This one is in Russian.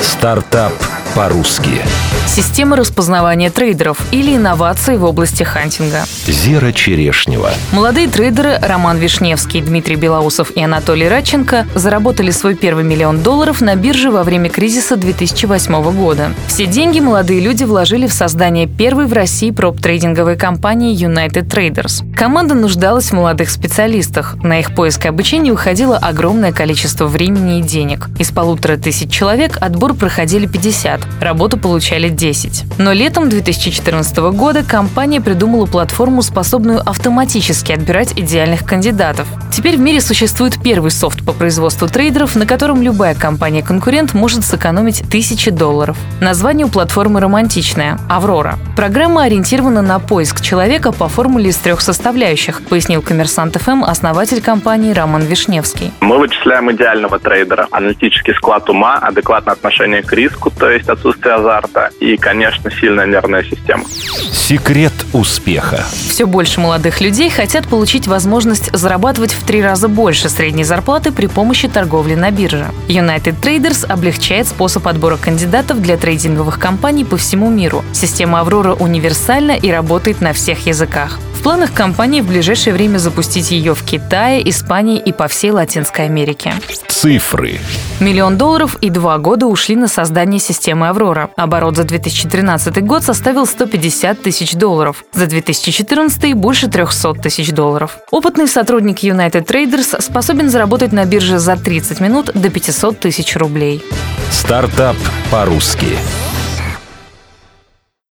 Стартап по-русски. Система распознавания трейдеров или инновации в области хантинга. Зира Черешнева. Молодые трейдеры Роман Вишневский, Дмитрий Белоусов и Анатолий Радченко заработали свой первый $1 миллион на бирже во время кризиса 2008 года. Все деньги молодые люди вложили в создание первой в России прop-трейдинговой компании United Traders. Команда нуждалась в молодых специалистах. На их поиск и обучение уходило огромное количество времени и денег. Из 1500 человек отбор проходили 50, работу получали 10. Но летом 2014 года компания придумала платформу, способную автоматически отбирать идеальных кандидатов. Теперь в мире существует первый софт по производству трейдеров, на котором любая компания-конкурент может сэкономить $1000. Название у платформы романтичное – «Аврора». Программа ориентирована на поиск человека по формуле из 3 составляющих, пояснил Коммерсант ФМ основатель компании Роман Вишневский. Мы вычисляем идеального трейдера, аналитический склад ума, адекватное отношение к риску, то есть отсутствие азарта и, конечно, сильная нервная система. Секрет успеха. Все больше молодых людей хотят получить возможность зарабатывать в 3 раза больше средней зарплаты при помощи торговли на бирже. United Traders облегчает способ отбора кандидатов для трейдинговых компаний по всему миру. Система «Аврора» универсальна и работает на всех языках. В планах компании в ближайшее время запустить ее в Китае, Испании и по всей Латинской Америке. Цифры. $1 миллион и 2 года ушли на создание системы «Аврора». Оборот за 2013 год составил $150 тысяч. За 2014 – больше $300 тысяч. Опытный сотрудник United Traders способен заработать на бирже за 30 минут до $500 тысяч. Стартап по-русски.